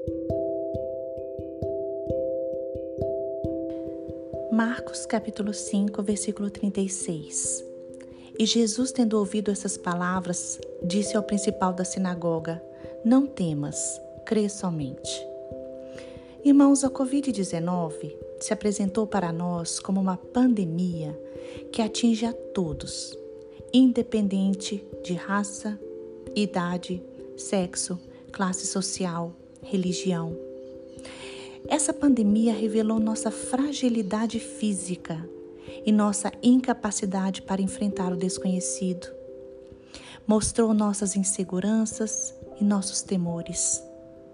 Marcos capítulo 5, versículo 36. E Jesus, tendo ouvido essas palavras, disse ao principal da sinagoga: Não temas, crê somente. Irmãos, a Covid-19 se apresentou para nós como uma pandemia que atinge a todos, independente de raça, idade, sexo, classe social, religião. Essa pandemia revelou nossa fragilidade física e nossa incapacidade para enfrentar o desconhecido. Mostrou nossas inseguranças e nossos temores.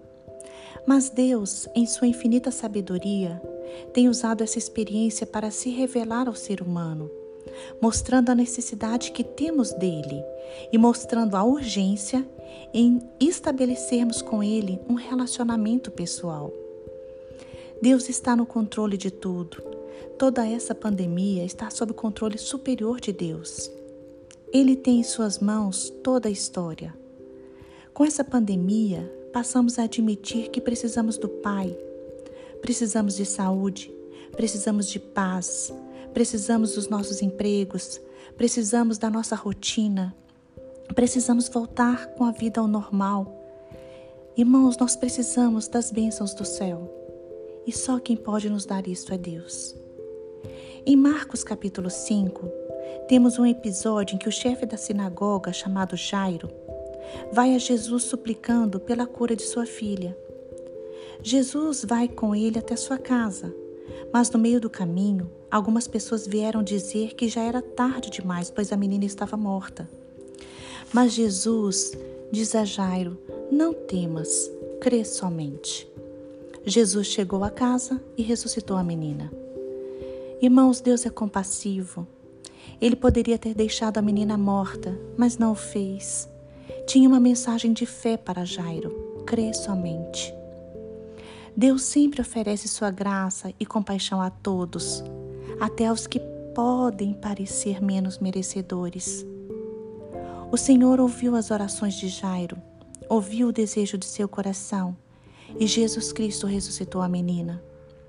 Mas Deus, em sua infinita sabedoria, tem usado essa experiência para se revelar ao ser humano, mostrando a necessidade que temos dele e mostrando a urgência em estabelecermos com ele um relacionamento pessoal. Deus está no controle de tudo. Toda essa pandemia está sob o controle superior de Deus. Ele tem em suas mãos toda a história. Com essa pandemia, passamos a admitir que precisamos do Pai. Precisamos de saúde, precisamos de paz, precisamos dos nossos empregos, precisamos da nossa rotina, precisamos voltar com a vida ao normal. Irmãos, nós precisamos das bênçãos do céu. E só quem pode nos dar isso é Deus. Em Marcos capítulo 5, temos um episódio em que o chefe da sinagoga, chamado Jairo, vai a Jesus suplicando pela cura de sua filha. Jesus vai com ele até sua casa, mas no meio do caminho, algumas pessoas vieram dizer que já era tarde demais, pois a menina estava morta. Mas Jesus diz a Jairo: Não temas, crê somente. Jesus chegou à casa e ressuscitou a menina. Irmãos, Deus é compassivo. Ele poderia ter deixado a menina morta, mas não o fez. Tinha uma mensagem de fé para Jairo: crê somente. Deus sempre oferece sua graça e compaixão a todos, até aos que podem parecer menos merecedores. O Senhor ouviu as orações de Jairo, ouviu o desejo de seu coração, e Jesus Cristo ressuscitou a menina.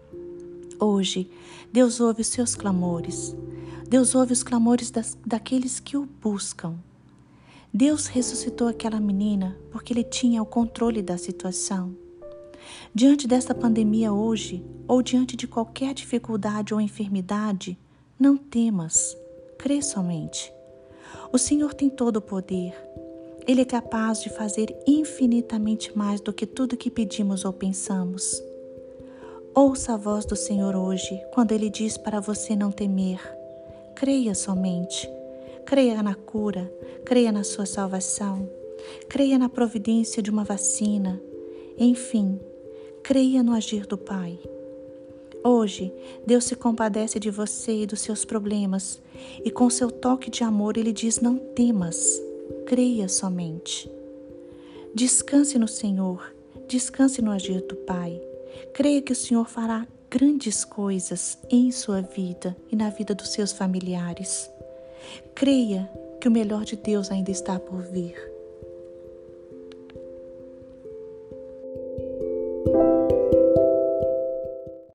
Hoje, Deus ouve os seus clamores. Deus ouve os clamores daqueles que o buscam. Deus ressuscitou aquela menina porque Ele tinha o controle da situação. Diante desta pandemia hoje, ou diante de qualquer dificuldade ou enfermidade, não temas, crê somente. O Senhor tem todo o poder. Ele é capaz de fazer infinitamente mais do que tudo que pedimos ou pensamos. Ouça a voz do Senhor hoje, quando Ele diz para você não temer. Creia somente. Creia na cura, creia na sua salvação, creia na providência de uma vacina. Enfim, creia no agir do Pai. Hoje, Deus se compadece de você e dos seus problemas, e com seu toque de amor Ele diz: não temas. Creia somente. Descanse no Senhor, descanse no agir do Pai. Creia que o Senhor fará grandes coisas em sua vida e na vida dos seus familiares. Creia que o melhor de Deus ainda está por vir.